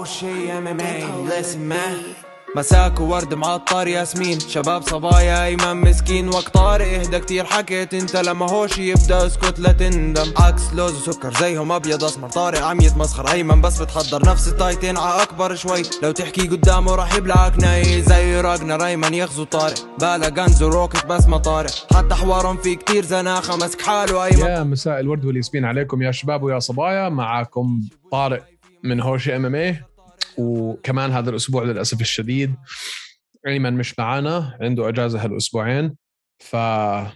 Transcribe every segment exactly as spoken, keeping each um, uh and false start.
شي ام ام اي listen man. مساك وورد معطر ياسمين، شباب صبايا ايمن مسكين، وقت طارق اهدى كتير حكيت انت، لما هوش يبدا اسكت لا تندم. عكس لوز وسكر زيهم ابيض اسمر، طارق عم يتمسخر ايمن بس بتحضر نفس التايتين ع اكبر شوي، لو تحكي قدامه راح يبلعك ناي زي راجنر ايمن يغزو طارق، بالا غنز وروكت بس ما طارق، حتى حوارهم في كتير زناخه مسك حاله ايمن. يا مساء الورد والياسمين عليكم يا شباب ويا صبايا، معاكم طارق من هوش ام ام اي. وكمان هذا الاسبوع للاسف الشديد ايمن مش معانا، عنده اجازه هالاسبوعين، فانا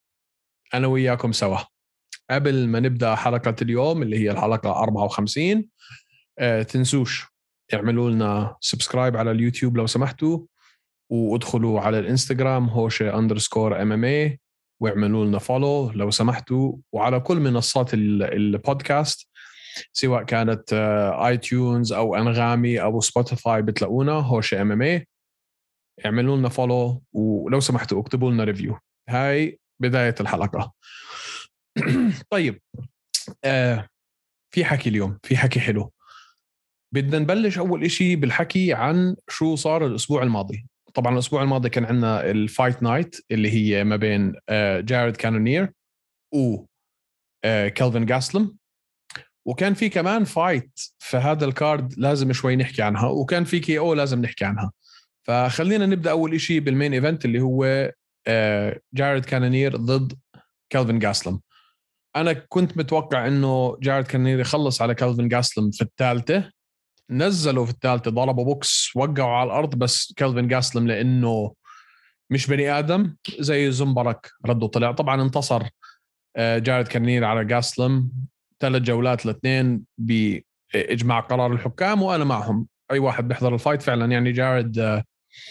وياكم سوا. قبل ما نبدا حلقه اليوم اللي هي الحلقه أربعة وخمسين، أه تنسوش اعملوا لنا سبسكرايب على اليوتيوب لو سمحتوا، وادخلوا على الانستغرام هوشه اندرسكور ام ام اي واعملوا لنا فولو لو سمحتوا، وعلى كل منصات البودكاست سواء كانت اي تيونز او انغامي او سبوتيفاي بتلاقونا هوشه ام ام اي. اعملوا لنا فولو ولو سمحتوا اكتبوا لنا ريفيو. هاي بداية الحلقة. طيب آه في حكي اليوم، في حكي حلو. بدنا نبلش أول إشي بالحكي عن شو صار الأسبوع الماضي. طبعا الأسبوع الماضي كان عندنا الفايت نايت اللي هي ما بين آه جارد كانونير و آه كيلفن غاسلم، وكان في كمان فايت في هذا الكارد لازم شوي نحكي عنها، وكان في كي او لازم نحكي عنها. فخلينا نبدأ أول إشي بالمين إيفنت اللي هو آه جارد كانونير ضد كيلفن غاسلم. أنا كنت متوقع إنه جارد كانونير يخلص على كيلفن غاسلم في الثالثة، نزلوا في الثالثة ضربوا بوكس وقعوا على الأرض، بس كيلفن غاسلم لأنه مش بني آدم زي زنبرك رده طلع. طبعا انتصر آه جارد كانونير على غاسلم ثلاث جولات لاثنين بإجماع قرار الحكام، وأنا معهم. أي واحد بيحضر الفايت فعلا يعني جارد آه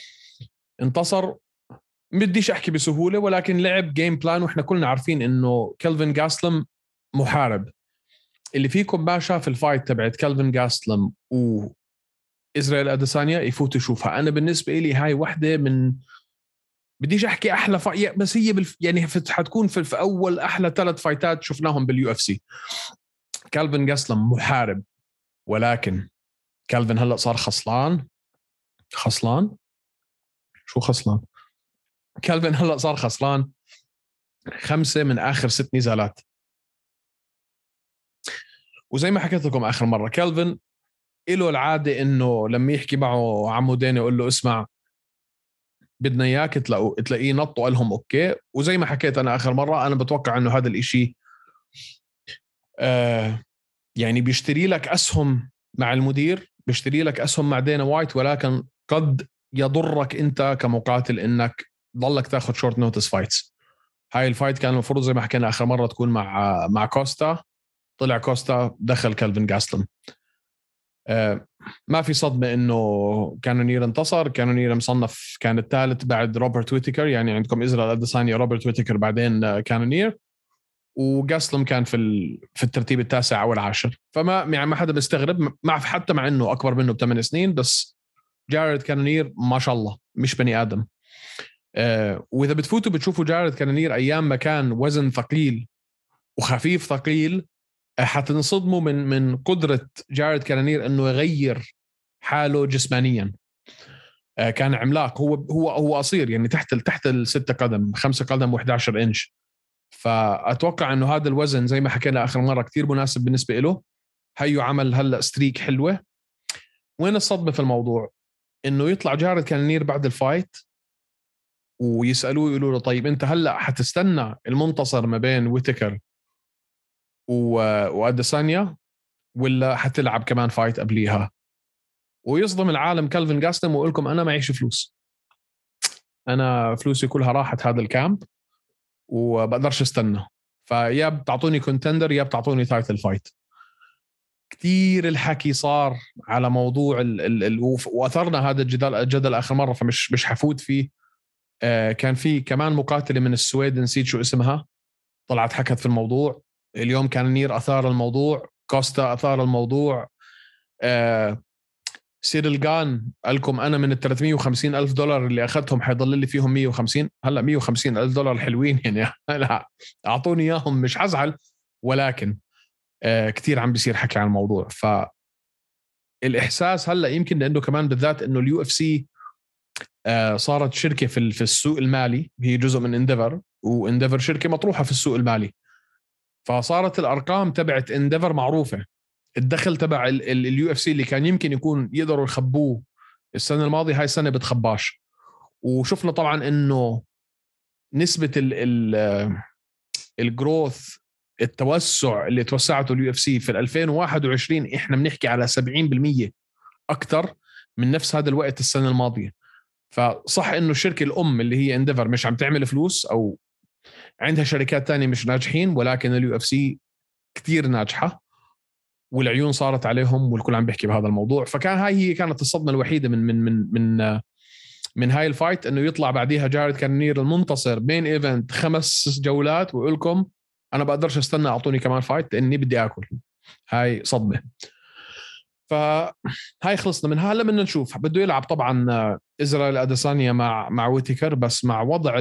انتصر. بديش أحكي بسهولة، ولكن لعب جيم بلان، وإحنا كلنا عارفين إنه كيلفن غاسلم محارب. اللي فيكم ما شاف الفايت تبعت كيلفن غاسلم وإسرائيل أديسانيا يفوت يشوفها. أنا بالنسبة لي هاي واحدة من، بديش أحكي أحلى فايت، بس هي بالف... يعني حتكون في... في أول أحلى ثلاث فايتات شفناهم باليو اف سي. كيلفن غاسلم محارب، ولكن كيلفن هلأ صار خصلان. خصلان شو خصلان؟ كيلفن هلأ صار خسران خمسة من آخر ست نزالات. وزي ما حكيت لكم آخر مرة، كيلفن إله العادة إنه لما يحكي معه عمو ديني يقول له اسمع بدنا إياك، تلاقوا تلاقيه نط وقال لهم أوكي. وزي ما حكيت أنا آخر مرة، أنا بتوقع إنه هذا الإشي آه يعني بيشتري لك أسهم مع المدير، بيشتري لك أسهم مع دينا وايت، ولكن قد يضرك أنت كمقاتل إنك ضلك تاخد شورت نوتس فايتس. هاي الفايت كان المفروض زي ما حكينا آخر مرة تكون مع مع كوستا، طلع كوستا دخل كيلفن غاسلم. آه ما في صدمة إنه كانونير انتصر. كانونير مصنف كان الثالث بعد روبرت ويتيكر، يعني عندكم إسرائيل أديسانيا روبرت ويتيكر بعدين آه كانونير، وغاسلم كان في ال... في الترتيب التاسع أو العاشر. فما يعني ما حدا بيستغرب، مع حتى مع إنه أكبر منه بثمان سنين، بس جارد كانونير ما شاء الله مش بني آدم. آه وإذا بتفوتوا بتشوفوا جارد كانونير أيام ما كان وزن ثقيل وخفيف ثقيل، حتنصدموا من من قدرة جارد كانونير إنه يغير حاله جسمانيا. كان عملاق، هو هو هو قصير يعني تحت تحت الستة قدم، خمسة قدم وإحدى عشر إنش. فأتوقع إنه هذا الوزن زي ما حكينا آخر مرة كتير مناسب بالنسبة له. هيو عمل هلأ ستريك حلوة. وين الصدمة في الموضوع؟ إنه يطلع جارد كانونير بعد الفايت ويسألوه يقولوا له طيب أنت هلأ حتستنى المنتصر ما بين ويتكر وأديسانيا ولا حتلعب كمان فايت قبليها؟ ويصدم العالم كيلفن غاسلم ويقول لكم أنا معيش فلوس، أنا فلوسي كلها راحت هذا الكامب وبقدرش استنى، فيا بتعطوني كونتندر يا بتعطوني تايتل فايت. كتير الحكي صار على موضوع ال ال ال وأثرنا هذا الجدل الجدل آخر مرة، فمش مش حفوت فيه. آه كان في كمان مقاتلة من السويد نسيت شو اسمها طلعت حكت في الموضوع. اليوم كان نير أثار الموضوع، كوستا أثار الموضوع. آه سيريل جان قال لكم أنا من الثلاثمية وخمسين ألف دولار اللي أخذتهم حيضل لي فيهم مية وخمسين. هلأ مية وخمسين ألف دولار حلوين يعني لا أعطوني إياهم مش حزعل، ولكن آه كتير عم بيصير حكي عن الموضوع. ف الإحساس هلأ يمكن لأنه كمان بالذات إنه اليو اف سي صارت شركة في في السوق المالي، هي جزء من انديفر، وانديفر شركة مطروحة في السوق المالي، فصارت الأرقام تبعت انديفر معروفة. الدخل تبع اليو اف سي اللي كان يمكن يكون يقدروا يخبوه السنة الماضية هاي السنة بتخباش. وشفنا طبعا إنه نسبة ال ال الجروث التوسع اللي توسعته اليو اف سي في ألفين وواحد وعشرين احنا بنحكي على سبعين بالمية اكثر من نفس هذا الوقت السنه الماضيه. فصح انه الشركه الام اللي هي انديفر مش عم تعمل فلوس او عندها شركات تانية مش ناجحين، ولكن اليو اف سي كتير ناجحه والعيون صارت عليهم والكل عم بيحكي بهذا الموضوع. فكان هاي هي كانت الصدمه الوحيده من من من من من هاي الفايت، انه يطلع بعديها جارد كانونير المنتصر بين ايفنت خمس جولات ويقول لكم انا بقدرش استنى اعطوني كمان فايت لاني بدي اكل. هاي صدمه. فهاي خلصنا منها. هلا بدنا نشوف بده يلعب طبعا إزرائيل أديسانيا مع مع ويتيكر، بس مع وضع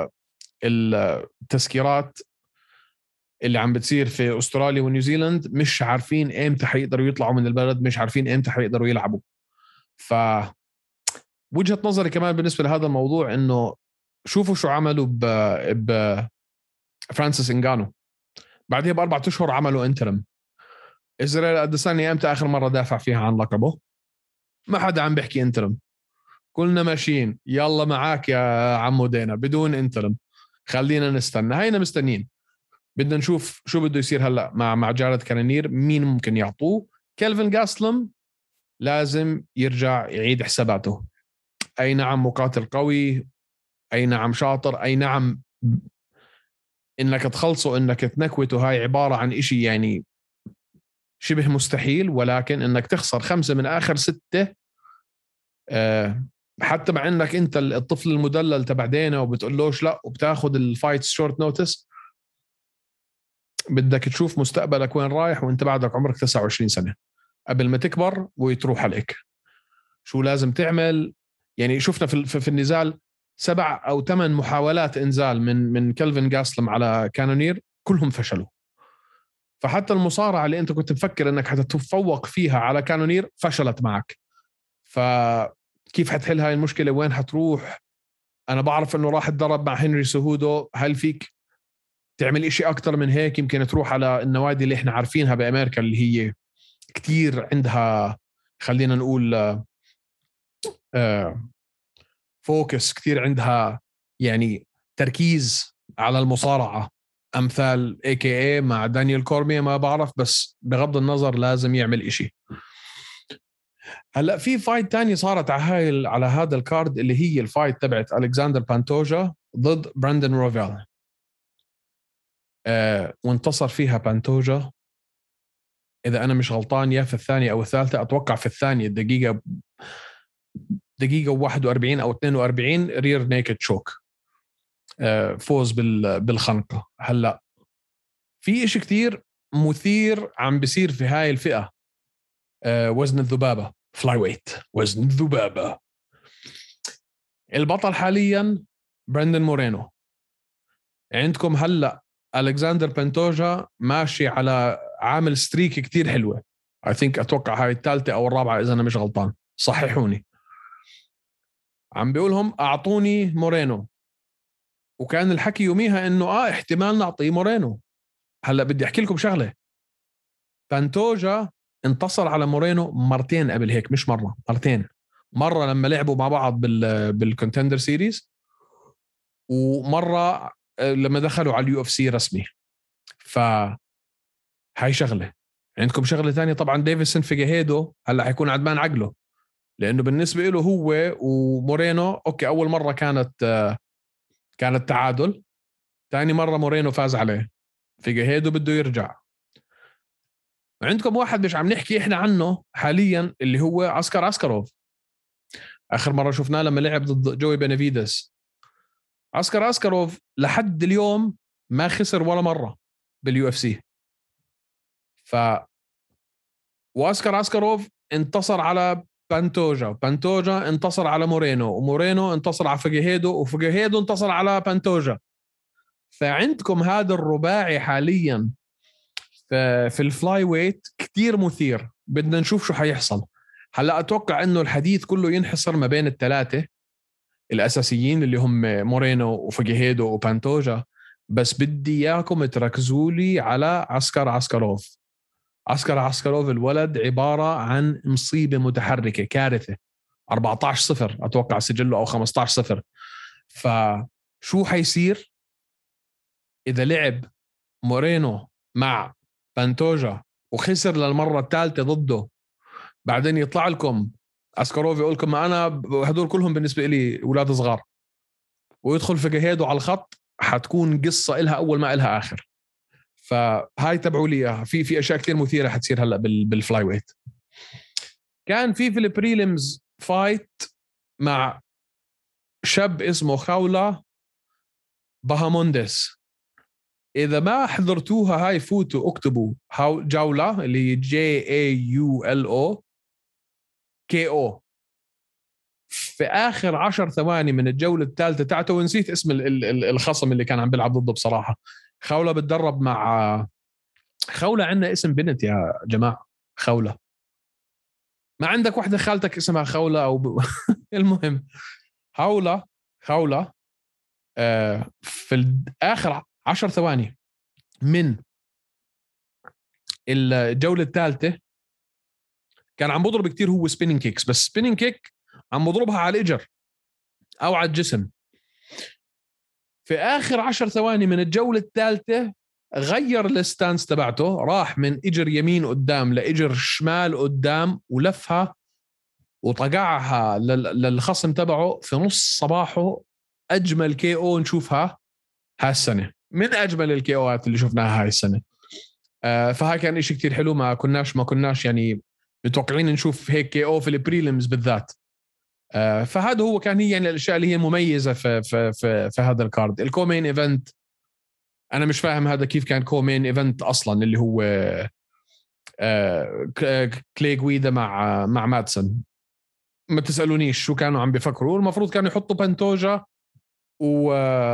التسكيرات اللي عم بتصير في أستراليا ونيوزيلند مش عارفين امتى حيقدروا يطلعوا من البلد، مش عارفين امتى حيقدروا يلعبوا. ف وجهة نظري كمان بالنسبة لهذا الموضوع انه شوفوا شو عملوا ب ب فرانسيس إنغانو، بعدها بأربعة أشهر عملوا انترم. إزرائيل أديسانيا امتى آخر مرة دافع فيها عن لقبه؟ ما حدا عم بيحكي انترم، كلنا ماشيين يلا معاك يا عمو دينا بدون انترم، خلينا نستنى. هينا مستنين، بدنا نشوف شو بده يصير هلا مع مع جارد كانونير، مين ممكن يعطوه. كيلفن غاسلم لازم يرجع يعيد حساباته. اي نعم مقاتل قوي، اي نعم شاطر، اي نعم انك تخلصه انك تنكوته هاي عبارة عن اشي يعني شبه مستحيل، ولكن انك تخسر خمسة من اخر ستة أه حتى مع انك انت الطفل المدلل تبع دينا وبتقولوش لا وبتاخد الفايت شورت نوتس، بدك تشوف مستقبلك وين رايح وانت بعدك عمرك تسعة وعشرين سنة قبل ما تكبر ويتروح عليك. شو لازم تعمل؟ يعني شفنا في في النزال سبع او ثمان محاولات انزال من من كيلفن غاسلم على كانونير كلهم فشلوا. فحتى المصارعة اللي انت كنت مفكر انك حتتفوق فيها على كانونير فشلت معك. فكيف حتحل هاي المشكلة؟ وين حتروح؟ انا بعرف انه راح اتدرب مع هنري سهودو، هل فيك تعمل إشي أكتر من هيك؟ يمكن تروح على النوادي اللي إحنا عارفينها بأمريكا اللي هي كتير عندها خلينا نقول آه فوكس، كتير عندها يعني تركيز على المصارعة، أمثال إيه كي إيه مع دانيال كورميا. ما بعرف، بس بغض النظر لازم يعمل إشي. هلأ في فايت تاني صارت على هاي على هذا الكارد اللي هي الفايت تبعت ألكسندر بانتوجا ضد براندن روفيل. آه وانتصر فيها بانتوجا إذا أنا مش غلطان يا في الثانية أو الثالثة، أتوقع في الثانية الدقيقة دقيقة واحد وأربعين أو اثنين وأربعين رير نيكد شوك، فوز بالخنقة. هلأ في إشي كتير مثير عم بيصير في هاي الفئة، وزن الذبابة، فلاي ويت، وزن الذبابة. البطل حاليا براندن مورينو. عندكم هلأ ألكسندر بانتوجا ماشي على عامل ستريك كتير حلوة، I think أتوقع هاي الثالثة أو الرابعة إذا أنا مش غلطان، صححوني. عم بيقولهم أعطوني مورينو، وكان الحكي يوميها إنه آه احتمال نعطيه مورينو. هلأ بدي أحكي لكم شغلة، بانتوجا انتصر على مورينو مرتين قبل هيك، مش مرة، مرتين. مرة لما لعبوا مع بعض بال بالكونتندر سيريز، ومرة لما دخلوا على اليو اف سي رسمي. فهاي شغلة. عندكم شغلة ثانية طبعا، ديفيسون فيجاهيدو هلا حيكون عدمان عقله، لأنه بالنسبة له هو ومورينو أوكي أول مرة كانت كانت تعادل، ثاني مرة مورينو فاز عليه، فيجاهيدو بده يرجع. عندكم واحد مش عم نحكي إحنا عنه حاليا اللي هو عسكر عسكروف. آخر مرة شفناه لما لعب ضد جوي بينافيدس. عسكر عسكروف لحد اليوم ما خسر ولا مرة باليو اف سي. ف وعسكر عسكروف انتصر على بانتوجا، بانتوجا انتصر على مورينو، ومورينو انتصر على فيجاهيدو، وفيجاهيدو انتصر على بانتوجا. فعندكم هذا الرباعي حاليا في الفلاي ويت كتير مثير، بدنا نشوف شو حيحصل. هلا اتوقع انه الحديث كله ينحصر ما بين الثلاثه الاساسيين اللي هم مورينو وفيجيهيدو وبانتوجا، بس بدي اياكم تركزوا لي على عسكر عسكروف. عسكر عسكروف الولد عباره عن مصيبه متحركه، كارثه. أربعة عشر صفر اتوقع سجله او خمسة عشر صفر. فشو حيصير اذا لعب مورينو مع بانتوجا وخسر للمره الثالثه ضده، بعدين يطلع لكم اسكاروف يقول لكم ما انا هدول كلهم بالنسبه لي اولاد صغار، ويدخل فيجيهيدو على الخط، حتكون قصه إلها اول ما إلها اخر. فهاي تبعوا لي في في اشياء كثير مثيره حتصير هلا بالفلاي ويت. كان في في البريليمز فايت مع شاب اسمه خاولا باهاموندس. اذا ما حضرتوها هاي فوتوا اكتبوا جولة اللي جي اي يو ال او كي او في اخر عشر ثواني من الجوله الثالثه تاعته، ونسيت اسم الخصم اللي كان عم بيلعب ضده بصراحه. خولة بتدرب مع خولة، عندنا اسم بنت يا جماعه، خولة. ما عندك واحده خالتك اسمها خولة او ب... المهم خولة خولة آه في اخر عشر ثواني من الجوله الثالثه كان عم بضرب كتير هو سبيننج كيكس، بس سبيننج كيك عم بضربها على الاجر او على الجسم. في اخر عشر ثواني من الجوله الثالثه غير الستانس تبعته، راح من اجر يمين قدام لاجر شمال قدام ولفها وطقعها للخصم تبعه في نص صباحه. اجمل كي او نشوفها هالسنه، من اجمل الكي اوات اللي شفناها هاي السنه. آه فهاي كان إشي كتير حلو. ما كناش ما كناش يعني متوقعين نشوف هيك كي او في البريليمز بالذات. آه فهذا هو كان هي يعني الاشياء اللي هي مميزه في في في, في هذا الكارد. الكومين ايفنت انا مش فاهم هذا كيف كان كومين ايفنت اصلا، اللي هو آه كلي غويدا مع مع ماتسون. ما تسالونيش شو كانوا عم بيفكروا. المفروض كانوا يحطوا بانتوجا و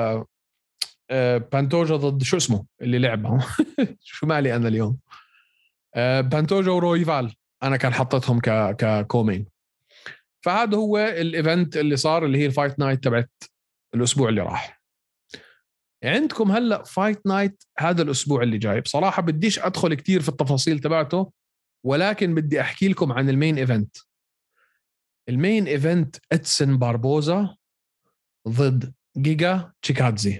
بانتوجا ضد شو اسمه اللي لعبه شو مالي انا اليوم. بانتوجا ورويفال انا كان حطيتهم ك ككومين. فهذا هو الايفنت اللي صار، اللي هي الفايت نايت تبعت الاسبوع اللي راح. عندكم هلا فايت نايت هذا الاسبوع اللي جاي. بصراحه بديش ادخل كتير في التفاصيل تبعته، ولكن بدي احكي لكم عن المين ايفنت. المين ايفنت ادسن باربوزا ضد جيجا تشيكادزي.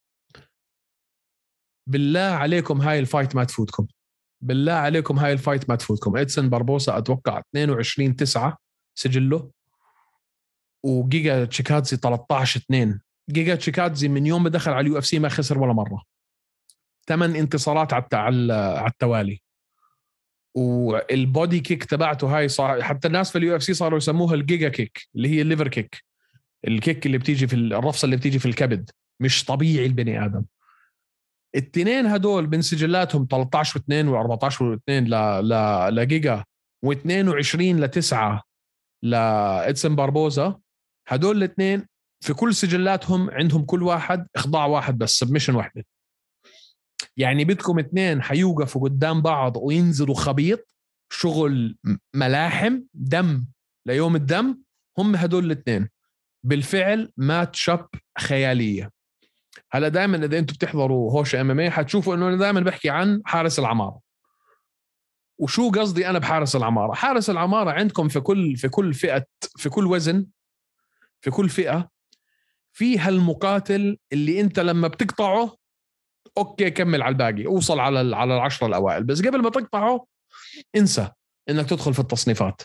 بالله عليكم هاي الفايت ما تفوتكم، بالله عليكم هاي الفايت ما تفوتكم. ادسن باربوزا اتوقع اثنين وعشرين تسعة سجله، وجيجا تشيكادزي ثلاثة عشر اثنين. جيجا تشيكادزي من يوم ما دخل على اليو اف سي ما خسر ولا مره، ثمان انتصارات على على التوالي. والبودي كيك تبعته هاي صار حتى الناس في اليو اف سي صاروا يسموها الجيجا كيك، اللي هي الليفر كيك، الكيك اللي بتيجي في الرفصه اللي بتيجي في الكبد. مش طبيعي البني ادم. التنين هدول من سجلاتهم ثلاثة عشر واثنين و14 واثنين ل ل لجيجا و22 لتسعة لإدسن باربوزا. هدول الاثنين في كل سجلاتهم عندهم كل واحد اخضاع واحد بس، سبمشن واحده. يعني بدكم اثنين حيوقفوا قدام بعض وينزلوا خبيط، شغل ملاحم دم ليوم الدم. هم هدول الاثنين بالفعل ماتش اب خياليه. هلا دائما اذا انتم بتحضروا هوش ام ام اي حتشوفوا انه انا دائما بحكي عن حارس العماره. وشو قصدي انا بحارس العماره؟ حارس العماره عندكم في كل في كل فئه، في كل وزن، في كل فئه فيها المقاتل اللي انت لما بتقطعه اوكي كمل على الباقي، اوصل على على العشرة الاوائل، بس قبل ما تقطعه انسى انك تدخل في التصنيفات.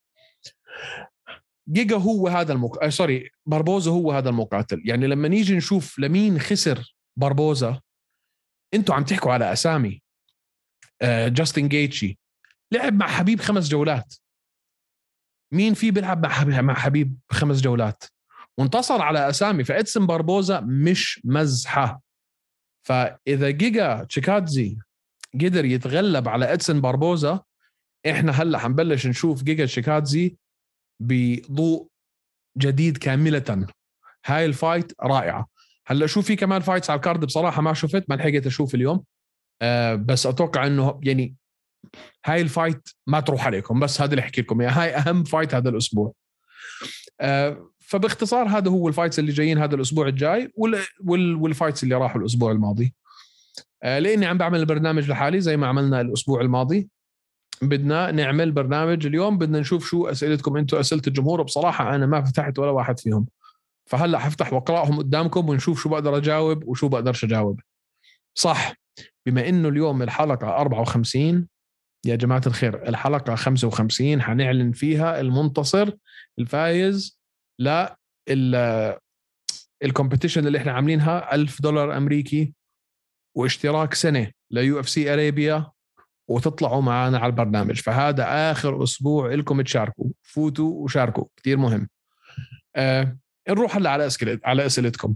جيجا هو هذا المق... سوري باربوزا هو هذا المقاتل. يعني لما نيجي نشوف لمين خسر باربوزا، انتوا عم تحكوا على اسامي. آه جاستن جيتشي لعب مع حبيب خمس جولات. مين في بيلعب مع حبيب مع حبيب خمس جولات وانتصر على اسامي؟ فإدسن باربوزا مش مزحه. فاذا جيجا تشيكادزي قدر يتغلب على إدسن باربوزا، احنا هلا حنبلش نشوف جيجا تشيكادزي بضوء جديد كاملة. هاي الفايت رائعة. هلا شو في كمان فايتس على الكارد؟ بصراحة ما شفت، ما لحقت اشوف اليوم. أه بس اتوقع انه يعني هاي الفايت ما تروح عليكم، بس هذا اللي احكي لكم اياه، هاي اهم فايت هذا الاسبوع. آه فباختصار هذا هو الفايتس اللي جايين هذا الاسبوع الجاي وال وال والفايتس اللي راحوا الاسبوع الماضي. آه لاني عم بعمل البرنامج لحالي زي ما عملنا الاسبوع الماضي، بدنا نعمل برنامج اليوم، بدنا نشوف شو اسئلتكم انتم، اسئله الجمهور. بصراحه انا ما فتحت ولا واحد فيهم، فهلا حفتح واقراهم قدامكم ونشوف شو بقدر اجاوب وشو بقدرش اجاوب. صح، بما انه اليوم الحلقه أربعة وخمسين يا جماعه الخير، الحلقه خمسة وخمسين حنعلن فيها المنتصر الفايز لا الكومبيتيشن اللي احنا عاملينها، ألف دولار امريكي واشتراك سنه ليو اف سي ارابيا، وتطلعوا معنا على البرنامج. فهذا آخر أسبوع لكم تشاركوا، فوتوا وشاركوا، كتير مهم. آه نروح هلا على أسئلة على أسئلتكم.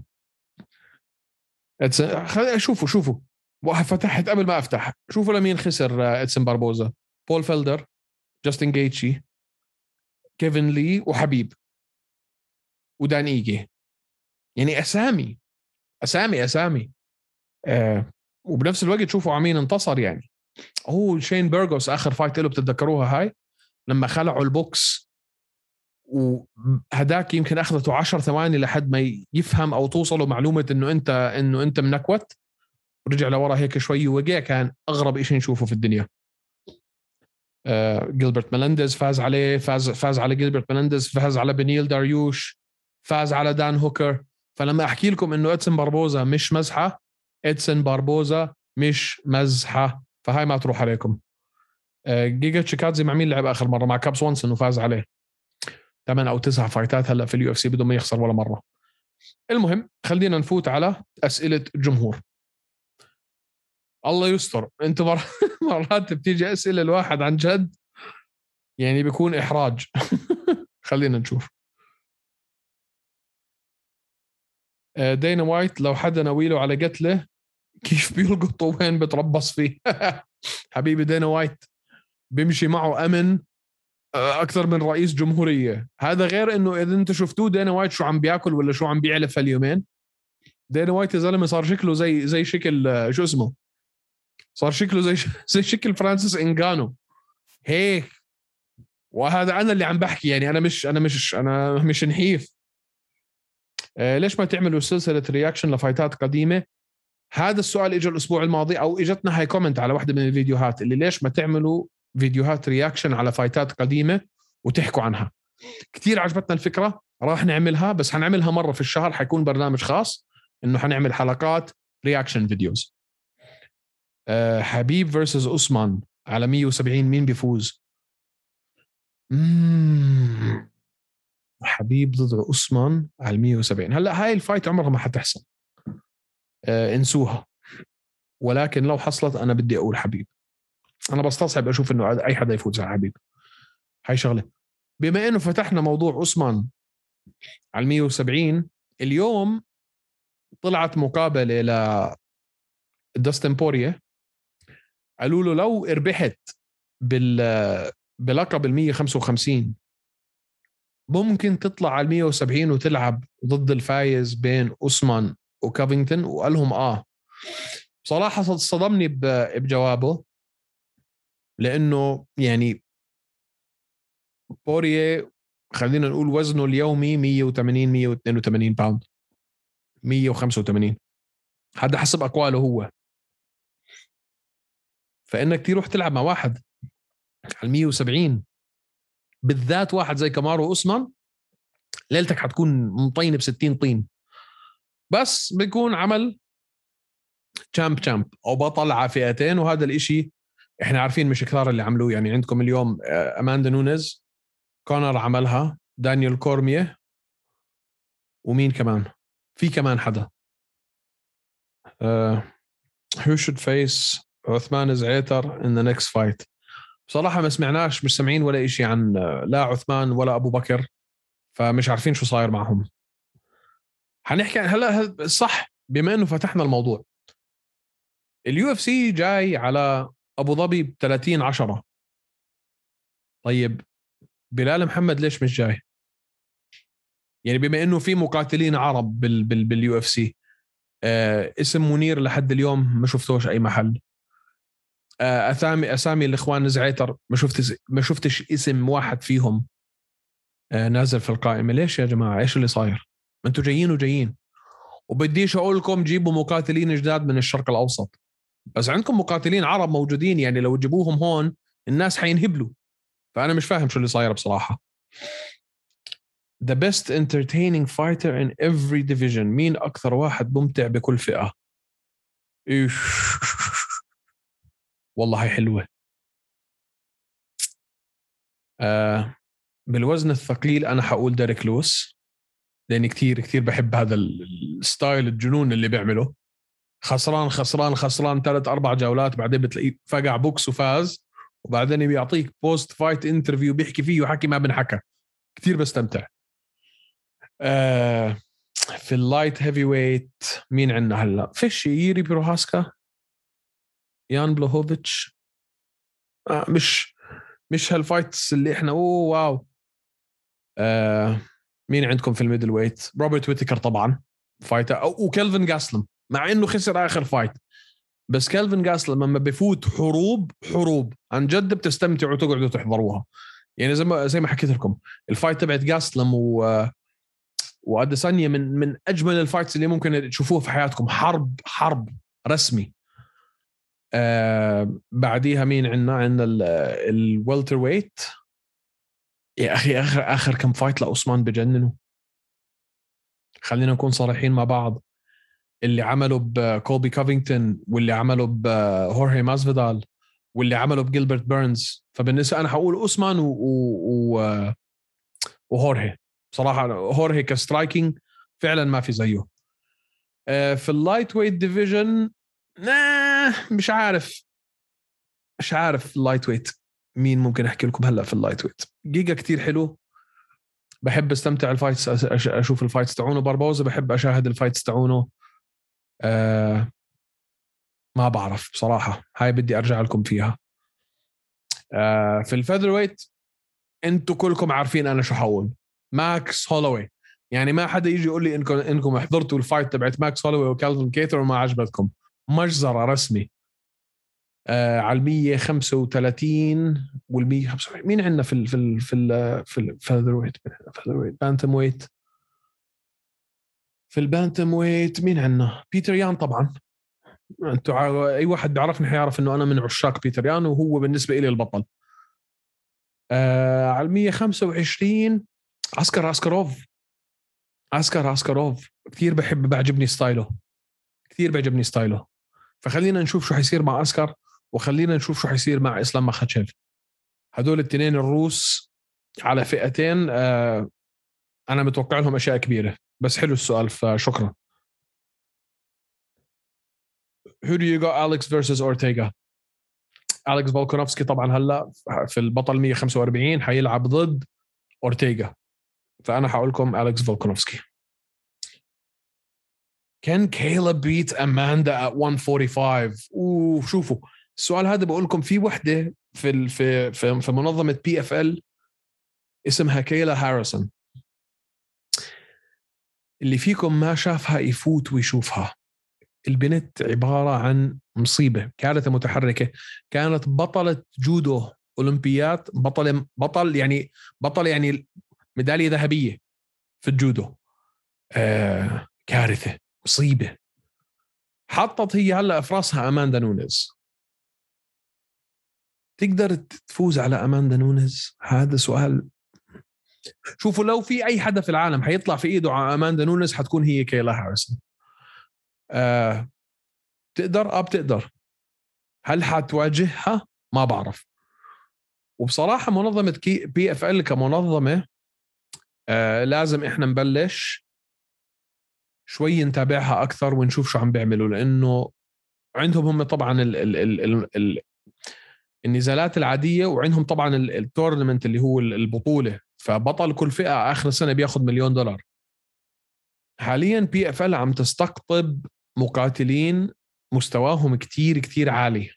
شوفوا شوفوا فتحت قبل ما أفتح، شوفوا لمين خسر إدسن باربوزا: بول فيلدر، جاستن جيتشي، كيفن لي، وحبيب، ودان إيجي. يعني أسامي أسامي أسامي آه وبنفس الوقت شوفوا عمين انتصر. يعني هو شين بيرغوس آخر فايت له بتتذكروها هاي، لما خلعوا البوكس وهداك يمكن أخذته عشر ثواني لحد ما يفهم أو توصله معلومة إنه أنت إنه أنت منكوت، ورجع لورا هيك شوي ووقع. كان أغرب إشي نشوفه في الدنيا. آه جيلبرت ميلنديز فاز عليه، فاز فاز على جيلبرت ميلنديز، فاز على بنيل داريوش، فاز على دان هوكر. فلما أحكي لكم إنه إدسن باربوزا مش مزحة، إدسن باربوزا مش مزحة، فهاي ما تروح عليكم. آه جيجا تشيكادزي مع مين لعب آخر مرة؟ مع كاب سوانسون وفاز عليه. ثمان أو تسع فايتات هلأ في اليو اف سي بدون ما يخسر ولا مرة. المهم خلينا نفوت على أسئلة الجمهور. الله يستر، انت مر... مرات بتيجي أسئلة الواحد عن جد يعني بيكون إحراج. خلينا نشوف. دينا وايت: لو حدا ناويله على قتله كيف بيلقطوا وين بتربص فيه؟ حبيبي دينا وايت بيمشي معه أمن أكثر من رئيس جمهورية. هذا غير إنه إذا أنت شفتوه دينا وايت شو عم بياكل ولا شو عم بيعلف هاليومين. دينا وايت يا زلمة صار شكله زي زي شكل شو اسمه، صار شكله زي زي شكل فرانسيس إنغانو هيك. وهذا أنا اللي عم بحكي، يعني أنا مش أنا مش أنا مش نحيف. آه ليش ما تعملوا سلسلة رياكشن لفايتات قديمة؟ هذا السؤال إجا الأسبوع الماضي، أو إجتنا هاي كومنت على واحدة من الفيديوهات اللي ليش ما تعملوا فيديوهات رياكشن على فايتات قديمة وتحكوا عنها. كتير عجبتنا الفكرة، راح نعملها، بس هنعملها مرة في الشهر، حيكون برنامج خاص إنه هنعمل حلقات رياكشن فيديوز. أه حبيب versus أسمان على مية وسبعين، مين بيفوز؟ مم. حبيب ضد أسمان على مية وسبعين. هلا هاي الفايت عمرها ما حتحصل، أه انسوها. ولكن لو حصلت أنا بدي أقول حبيب. أنا بستصعب أشوف إنه أي حدا يفوز على حبيب. هاي شغلة. بما إنه فتحنا موضوع أسمان على مية وسبعين، اليوم طلعت مقابلة ل داستن بوريه، قالوا له لو ربحت بال بلقب ال مية وخمسة وخمسين ممكن تطلع على مية وسبعين وتلعب ضد الفايز بين أسمان وكافينغتون. وقال لهم آه. بصراحة صدمني بجوابه، لأنه يعني بوريه خلينا نقول وزنه اليومي مية وثمانين مية واثنين وثمانين باوند، مية وخمسة وثمانين، هذا حسب أقواله هو. فإنك تروح تلعب مع واحد على مية وسبعين، بالذات واحد زي كامارو أسمان، ليلتك حتكون مطينة بستين طين. بس بيكون عمل تشامب تشامب أو بطل على فئتين، وهذا الإشي إحنا عارفين مش كثار اللي عملوه. يعني عندكم اليوم أماندا نونيز، كونر عملها، دانيال كورميه، ومين كمان؟ في كمان حدا uh, who should face عثمان زعيتر in the next fight. بصراحة ما سمعناش، مش سمعين ولا إشي عن لا عثمان ولا أبو بكر، فمش عارفين شو صاير معهم. هنحكي هلا صح. بما إنه فتحنا الموضوع، اليو اف سي جاي على أبو ظبي ب ثلاثين عشرة. طيب بلال محمد ليش مش جاي؟ يعني بما إنه في مقاتلين عرب بال بال باليو اف سي، آه اسم منير لحد اليوم ما شفتوش أي محل. آه، اسامي اسامي الاخوان زعيتر ما شفت ما شفتش اسم واحد فيهم آه، نازل في القائمه. ليش يا جماعه؟ ايش اللي صاير؟ ما انتوا جايين وجايين، وبديش اقول لكم جيبوا مقاتلين جداد من الشرق الاوسط، بس عندكم مقاتلين عرب موجودين، يعني لو تجيبوهم هون الناس حينهبلوا. فانا مش فاهم شو اللي صاير بصراحه. The best entertaining fighter in every division. مين اكثر واحد ممتع بكل فئه؟ إيش. والله هي حلوه. آه بالوزن الثقيل انا حقول ديريك لويس، لاني كثير كثير بحب هذا الستايل الجنون اللي بيعمله. خسران خسران خسران ثلاث اربع جولات، بعدين بتلاقيه فقع بوكس وفاز، وبعدين بيعطيك بوست فايت انترفيو بيحكي فيه حكي ما بنحكى. كثير بستمتع. آه في اللايت هيفي ويت مين عندنا هلا؟ فيش ييري بروهاسكا، يان بلوهوفيتش. آه مش مش هالفايتس اللي احنا اوه واو. آه مين عندكم في الميدل ويت؟ روبرت ويتكر طبعا فايتر، او وكيلفن جاسلم، مع انه خسر اخر فايت، بس كيلفن جاسلم لما بفوت حروب حروب عن جد بتستمتعوا وتقعدوا تحضروها. يعني زي ما زي ما حكيت لكم الفايت تبعت جاسلم و واديسانيا من من اجمل الفايتس اللي ممكن تشوفوها في حياتكم. حرب حرب رسمي. آه بعديها مين عندنا؟ عندنا الويلتر ويت. يا اخي اخر اخر كم فايت لعثمان بجننوا. خلينا نكون صريحين مع بعض. اللي عمله بكولبي كوفينغتون، واللي عمله بهورهي ماسفيدال، واللي عمله بجيلبرت بيرنز، فبالنسبه انا حقول اوسمان و... و... وهورهي. بصراحه هورهي كسترايكينج فعلا ما في زيه. في اللايت ويت ديفيجن مش عارف مش عارف اللايت ويت مين ممكن احكي لكم هلا. في اللايت ويت جيجا كتير حلو، بحب استمتع الفايتس، اشوف الفايتس تاعونه. باربوزا بحب اشاهد الفايتس تاعونه. أه ما بعرف بصراحه، هاي بدي ارجع لكم فيها. أه في الفيذر ويت انتوا كلكم عارفين انا شو حقول. ماكس هولوي. يعني ما حدا يجي يقول لي انكم انكم حضرتوا الفايت تبعت ماكس هولوي وكالفن كيتر وما عجبتكم. مجزره رسمي. آه على المية وخمسة وثلاثين والمية وخمسة وعشرين. مين عندنا في ال في ال في ال في الفيذر ويت؟ فيذر ويت بانتم ويت. في البانتم ويت مين عندنا؟ بيتر يان طبعا. انتوا اي واحد بيعرفني حيعرف انه انا من عشاق بيتر يان، وهو بالنسبه لي البطل. آه على المية وخمسة وعشرين عسكر عسكروف. عسكر عسكروف كثير بحب، بعجبني ستايله، كثير بعجبني ستايله. فخلينا نشوف شو حيصير مع عسكر، وخلينا نشوف شو حيصير مع اسلام مخاتشيف. هدول الاثنين الروس على فئتين. آه انا متوقع لهم اشياء كبيره. بس حلو السؤال، فشكرا. Who do you got Alex versus Ortega؟ أليكس فولكانوفسكي طبعا هلا في البطل مية وخمسة وأربعين حيلعب ضد أورتيغا، فأنا حقول لكم أليكس فولكانوفسكي. Can Caleb beat Amanda at one forty-five؟ وشوفوا السؤال هذا بقول لكم في وحدة في في في, في منظمة بي اف ال اسمها كيلا هاريسون. اللي فيكم ما شافها يفوت ويشوفها. البنت عبارة عن مصيبة، كانت متحركة، كانت بطلة جودو أولمبيات، بطل بطل يعني بطل يعني ميدالية ذهبية في الجودو. آه كارثة، مصيبة. حطت هي هلا في راسها أماندا نونيز. تقدر تفوز على أماندا نونيز؟ هذا سؤال. شوفوا لو في أي حدا في العالم حيطلع في إيده على أماندا نونيز حتكون هي كيلا هاريسون. آه تقدر أه بتقدر. هل حتواجهها؟ ما بعرف. وبصراحة منظمة بي اف ال كمنظمة آه لازم احنا نبلش شوي نتابعها أكثر ونشوف شو عم بيعملوا، لأنه عندهم هم طبعا ال ال ال ال ال النزالات العادية، وعندهم طبعا التورنمنت اللي هو البطولة، فبطل كل فئة آخر السنة بياخد مليون دولار. حاليا بي اف ال عم تستقطب مقاتلين مستواهم كتير كتير عالي،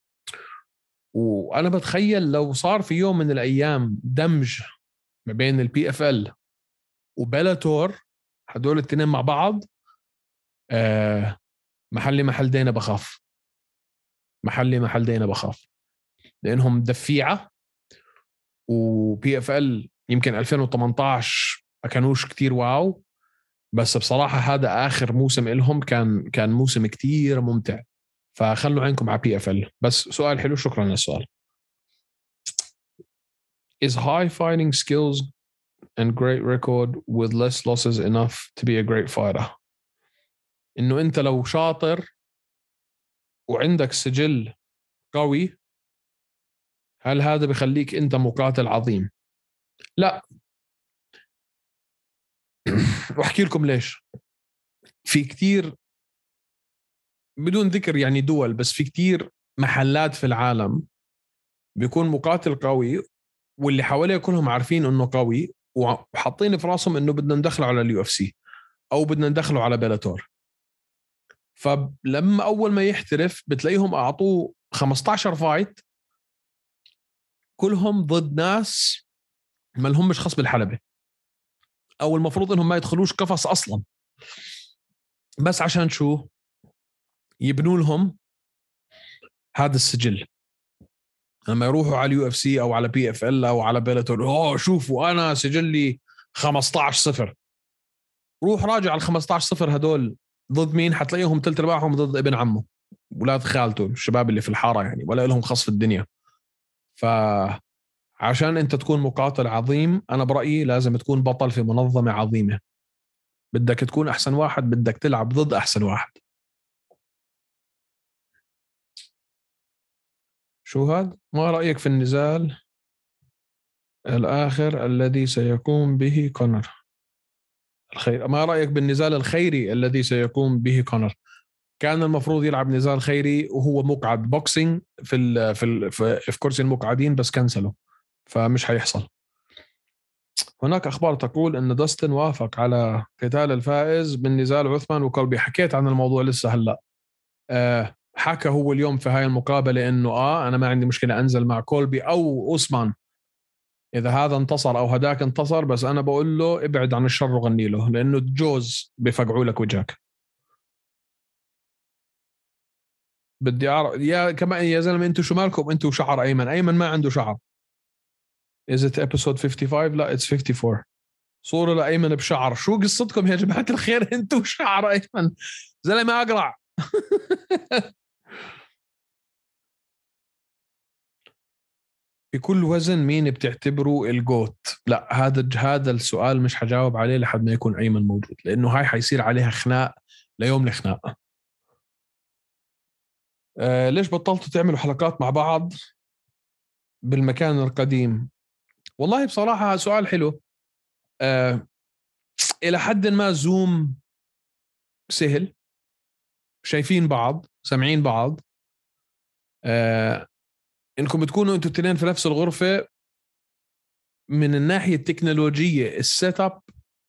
وأنا بتخيل لو صار في يوم من الأيام دمج ما بين البي اف ال وبلاتور، هدول الاثنين مع بعض، آه محلي محل دينا بخاف. محلي محل دينا بخاف، لأنهم دفيعة. وبي اف ال يمكن ألفين وثمانية عشر ما كانوش كتير واو، بس بصراحة هذا آخر موسم إلهم كان كان موسم كتير ممتع. فخلوا عينكم على بي اف ال. بس سؤال حلو، شكرا للسؤال. Is high fighting skills and great record with less losses enough to be a great fighter؟ إنه أنت لو شاطر وعندك سجل قوي، هل هذا بخليك أنت مقاتل عظيم؟ لا. وأحكي لكم ليش. في كتير، بدون ذكر يعني دول، بس في كتير محلات في العالم بيكون مقاتل قوي واللي حواليه كلهم عارفين انه قوي وحاطين في راسهم انه بدنا ندخله على اليو اف سي او بدنا ندخله على بيلاتور. فلما اول ما يحترف بتلاقيهم اعطوه خمسة عشر فايت كلهم ضد ناس ما لهمش خص بالحلبة، او المفروض انهم ما يدخلوش قفص اصلا، بس عشان شو؟ يبنوا لهم هذا السجل. لما يروحوا على اليو اف سي او على بي اف ال او على بيلاتور، اوه شوفوا انا سجلي خمسة عشر صفر. روح راجع على خمسة عشر صفر هدول ضد مين؟ حتلاقيهم ثلث ارباعهم ضد ابن عمه، ولاد خالته، الشباب اللي في الحاره يعني، ولا لهم خص في الدنيا. فعشان انت تكون مقاتل عظيم، انا برايي لازم تكون بطل في منظمه عظيمه. بدك تكون احسن واحد، بدك تلعب ضد احسن واحد. شو هذا؟ ما رايك في النزال الاخر الذي سيقوم به كونر؟ الخير، ما رايك بالنزال الخيري الذي سيقوم به كونر؟ كان المفروض يلعب نزال خيري وهو مقعد بوكسينج في ال في ال في كرسي المقعدين، بس كنسلوا، فمش هيحصل. هناك أخبار تقول أن داستن وافق على قتال الفائز من نزال عثمان وكولبي. حكيت عن الموضوع لسه هلا. أه حكى هو اليوم في هاي المقابلة إنه آه أنا ما عندي مشكلة أنزل مع كولبي أو عثمان إذا هذا انتصر أو هداك انتصر، بس أنا بقول له ابعد عن الشر وغني له، لأنه جوز بفقعوا لك وجهك. بدي أعرف يا كمان يا زلمة، أنتوا شو مالكم؟ أنتوا شعر أيمن أيمن ما عنده شعر. Is it episode fifty-five؟ لا it's fifty-four. صورة لأيمن بشعر. شو قصتكم يا جماعة الخير؟ أنتوا شعر أيمن زلمة أقرع. بكل وزن مين بتعتبره الجوت؟ لا هذا هذا السؤال مش حجاوب عليه لحد ما يكون أيمن موجود، لأنه هاي حيصير عليها خناق ليوم الخناق. آه ليش بطلتوا تعملوا حلقات مع بعض بالمكان القديم؟ والله بصراحة سؤال حلو. آه إلى حد ما زوم سهل، شايفين بعض، سامعين بعض. آه إنكم بتكونوا أنتوا الاثنين في نفس الغرفة، من الناحية التكنولوجية السيت اب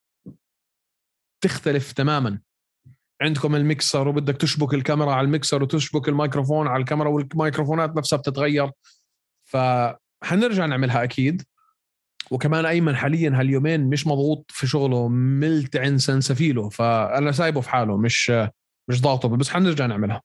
تختلف تماما. عندكم الميكسر وبدك تشبك الكاميرا على الميكسر وتشبك الميكروفون على الكاميرا، والميكروفونات نفسها بتتغير. فحنرجع نعملها أكيد. وكمان أيمن حاليا هاليومين مش مضغوط في شغله، ملتعن سنسفيله، فأنا سايبه في حاله، مش مش ضاغطه، بس حنرجع نعملها.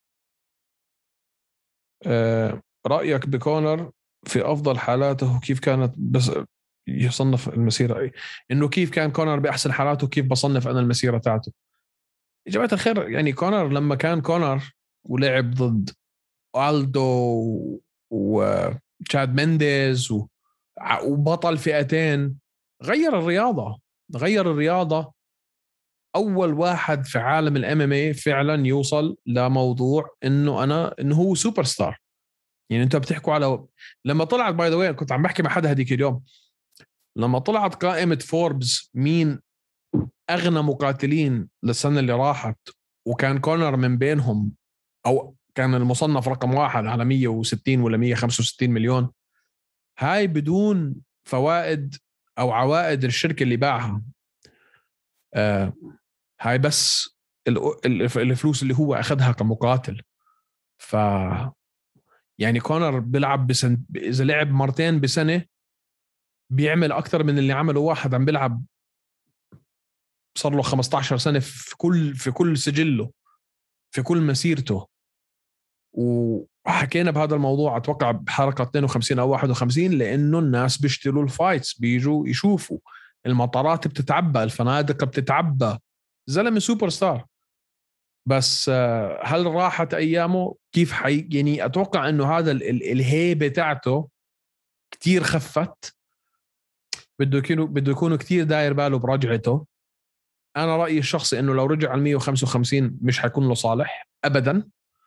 أه رأيك بكونر في أفضل حالاته كيف كانت، بس يصنف المسيرة إنه كيف كان كونر بأحسن حالاته، كيف بصنف أنا المسيرة تاعته. يا جماعة الخير يعني كونر لما كان كونر ولعب ضد ألدو وتشاد مينديز وبطل فئتين، غير الرياضة غير الرياضة أول واحد في عالم الام ام اي فعلا يوصل لموضوع إنه أنا إنه هو سوبر ستار. يعني أنتوا بتحكوا على لما طلعت، باي ذا واي كنت عم بحكي مع حدا هديك اليوم، لما طلعت قائمة فوربس مين أغنى مقاتلين للسنة اللي راحت، وكان كونر من بينهم، أو كان المصنف رقم واحد على مية وستين ولا مية وخمسة وستين مليون. هاي بدون فوائد أو عوائد الشركة اللي باعها. آه هاي بس الفلوس اللي هو أخذها كمقاتل. ف يعني كونر بيلعب بسن... إذا لعب مرتين بسنة بيعمل أكتر من اللي عمله واحد عم بيلعب صار له خمسة عشر سنة في كل في كل سجله، في كل مسيرته. وحكينا بهذا الموضوع أتوقع بحلقة اثنين وخمسين أو واحد وخمسين، لأنه الناس بيشتروا الفايتس، بيجوا يشوفوا، المطارات بتتعبى، الفنادق بتتعبى، زلمة سوبر ستار. بس هل راحت أيامه؟ كيف حي يعني أتوقع أنه هذا ال- ال- الهيبة تاعته كتير خفت، بده يكونوا بده يكونوا كتير داير باله برجعته. أنا رأيي الشخصي أنه لو رجع على مية وخمسة وخمسين مش حيكون له صالح أبدا،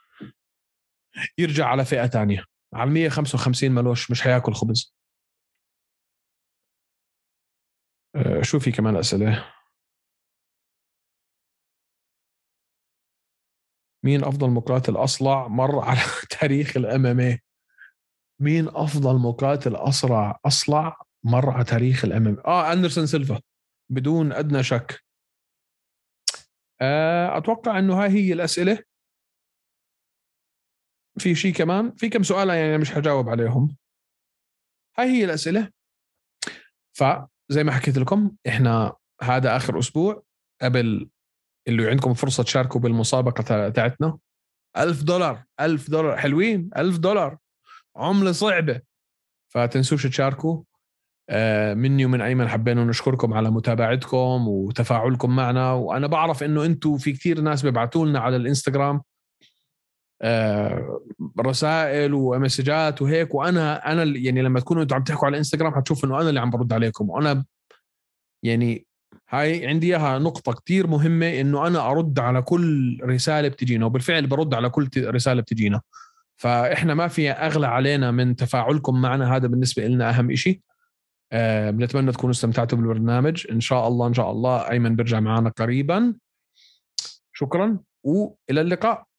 يرجع على فئة تانية. على مية وخمسة وخمسين ملوش، مش حياكل خبز. أه شو في كمان أسئلة؟ مين أفضل مقاتل أصلع مر على تاريخ الام ام اي؟ مين أفضل مقاتل أسرع أصلع مر على تاريخ الام ام آه أندرسون سيلفا بدون أدنى شك. أه أتوقع أنه هاي هي الأسئلة. في شيء كمان، في كم سؤال يعني مش هجاوب عليهم. هاي هي الأسئلة. فزي ما حكيت لكم إحنا هذا آخر أسبوع قبل اللي عندكم فرصة تشاركوا بالمسابقة تاعتنا. ألف دولار، ألف دولار حلوين، ألف دولار عملة صعبة. فتنسوش تشاركوا. مني ومن أيمن حبينا نشكركم على متابعتكم وتفاعلكم معنا. وأنا بعرف إنه أنتوا في كتير ناس بيبعتوا لنا على الإنستغرام رسائل ومسجات وهيك، وأنا أنا يعني لما تكونوا أنتوا عم تحكوا على الإنستغرام هتشوف إنه أنا اللي عم برد عليكم. وأنا يعني هاي عندي إياها نقطة كتير مهمة، إنه أنا أرد على كل رسالة بتجينا، وبالفعل برد على كل رسالة بتجينا. فإحنا ما في أغلى علينا من تفاعلكم معنا، هذا بالنسبة لنا أهم إشي. أه بنتمنى تكونوا استمتعتوا بالبرنامج. إن شاء الله إن شاء الله أيمن برجع معنا قريبا. شكرا وإلى اللقاء.